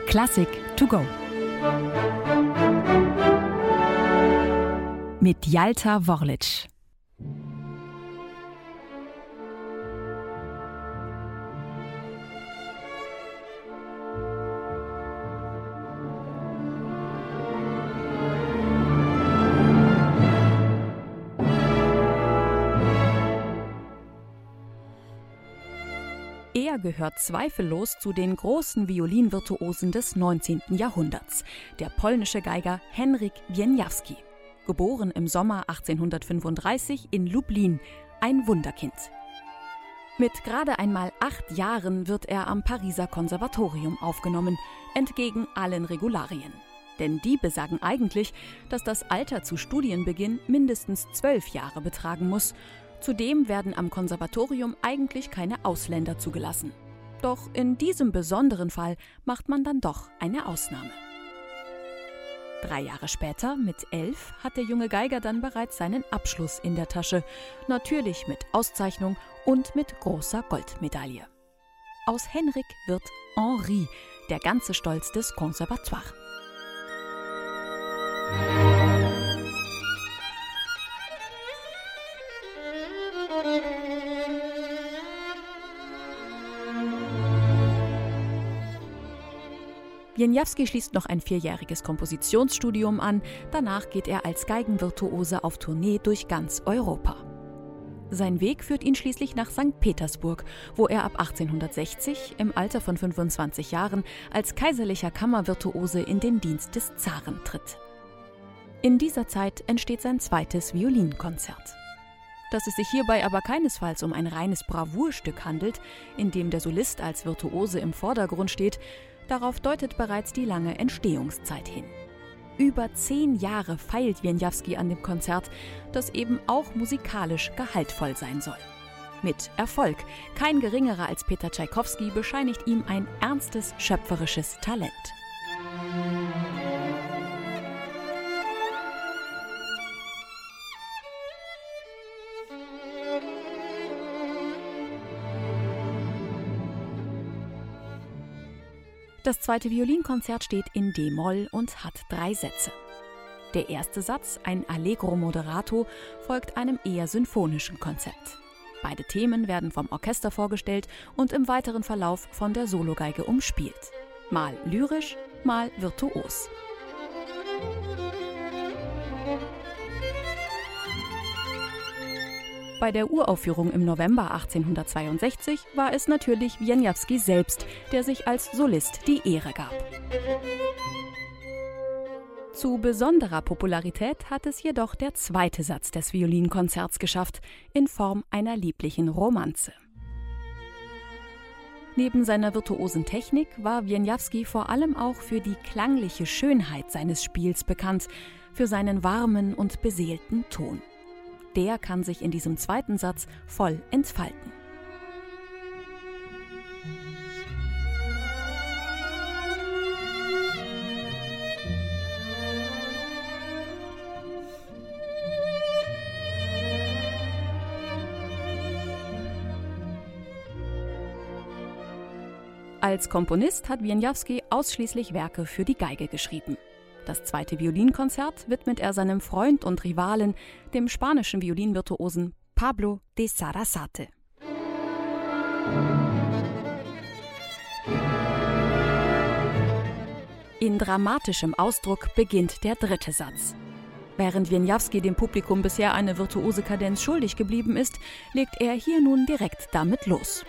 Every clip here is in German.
Klassik to go. Mit Jalta Worlic. Er gehört zweifellos zu den großen Violinvirtuosen des 19. Jahrhunderts, der polnische Geiger Henryk Wieniawski. Geboren im Sommer 1835 in Lublin, ein Wunderkind. Mit gerade einmal 8 Jahren wird er am Pariser Konservatorium aufgenommen, entgegen allen Regularien. Denn die besagen eigentlich, dass das Alter zu Studienbeginn mindestens 12 Jahre betragen muss. Zudem werden am Konservatorium eigentlich keine Ausländer zugelassen. Doch in diesem besonderen Fall macht man dann doch eine Ausnahme. 3 Jahre später, mit 11, hat der junge Geiger dann bereits seinen Abschluss in der Tasche. Natürlich mit Auszeichnung und mit großer Goldmedaille. Aus Henryk wird Henri, der ganze Stolz des Conservatoire. Wieniawski schließt noch ein 4-jähriges Kompositionsstudium an, danach geht er als Geigenvirtuose auf Tournee durch ganz Europa. Sein Weg führt ihn schließlich nach St. Petersburg, wo er ab 1860 im Alter von 25 Jahren als kaiserlicher Kammervirtuose in den Dienst des Zaren tritt. In dieser Zeit entsteht sein zweites Violinkonzert. Dass es sich hierbei aber keinesfalls um ein reines Bravourstück handelt, in dem der Solist als Virtuose im Vordergrund steht, darauf deutet bereits die lange Entstehungszeit hin. Über 10 Jahre feilt Wieniawski an dem Konzert, das eben auch musikalisch gehaltvoll sein soll. Mit Erfolg. Kein geringerer als Peter Tschaikowski bescheinigt ihm ein ernstes schöpferisches Talent. Das zweite Violinkonzert steht in d-Moll und hat 3 Sätze. Der erste Satz, ein Allegro moderato, folgt einem eher sinfonischen Konzept. Beide Themen werden vom Orchester vorgestellt und im weiteren Verlauf von der Sologeige umspielt. Mal lyrisch, mal virtuos. Bei der Uraufführung im November 1862 war es natürlich Wieniawski selbst, der sich als Solist die Ehre gab. Zu besonderer Popularität hat es jedoch der zweite Satz des Violinkonzerts geschafft, in Form einer lieblichen Romanze. Neben seiner virtuosen Technik war Wieniawski vor allem auch für die klangliche Schönheit seines Spiels bekannt, für seinen warmen und beseelten Ton. Der kann sich in diesem zweiten Satz voll entfalten. Als Komponist hat Wieniawski ausschließlich Werke für die Geige geschrieben. Das zweite Violinkonzert widmet er seinem Freund und Rivalen, dem spanischen Violinvirtuosen Pablo de Sarasate. In dramatischem Ausdruck beginnt der dritte Satz. Während Wieniawski dem Publikum bisher eine virtuose Kadenz schuldig geblieben ist, legt er hier nun direkt damit los.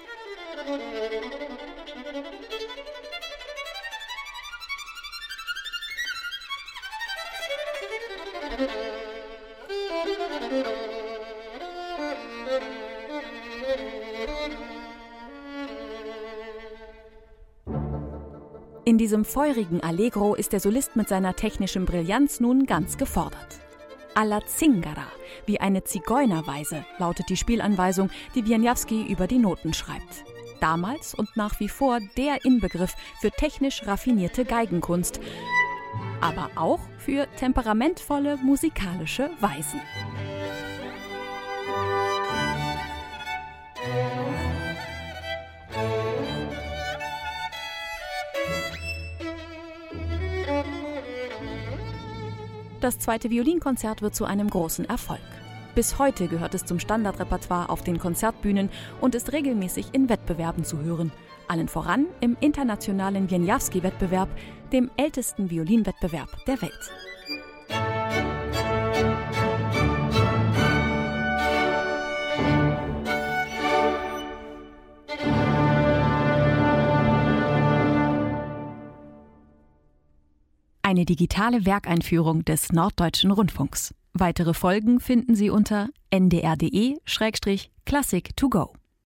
In diesem feurigen Allegro ist der Solist mit seiner technischen Brillanz nun ganz gefordert. Alla Zingara, wie eine Zigeunerweise, lautet die Spielanweisung, die Wieniawski über die Noten schreibt. Damals und nach wie vor der Inbegriff für technisch raffinierte Geigenkunst, aber auch für temperamentvolle musikalische Weisen. Das 2. Violinkonzert wird zu einem großen Erfolg. Bis heute gehört es zum Standardrepertoire auf den Konzertbühnen und ist regelmäßig in Wettbewerben zu hören. Allen voran im internationalen Wieniawski-Wettbewerb, dem ältesten Violinwettbewerb der Welt. Eine digitale Werkeinführung des Norddeutschen Rundfunks. Weitere Folgen finden Sie unter ndr.de/classic2go.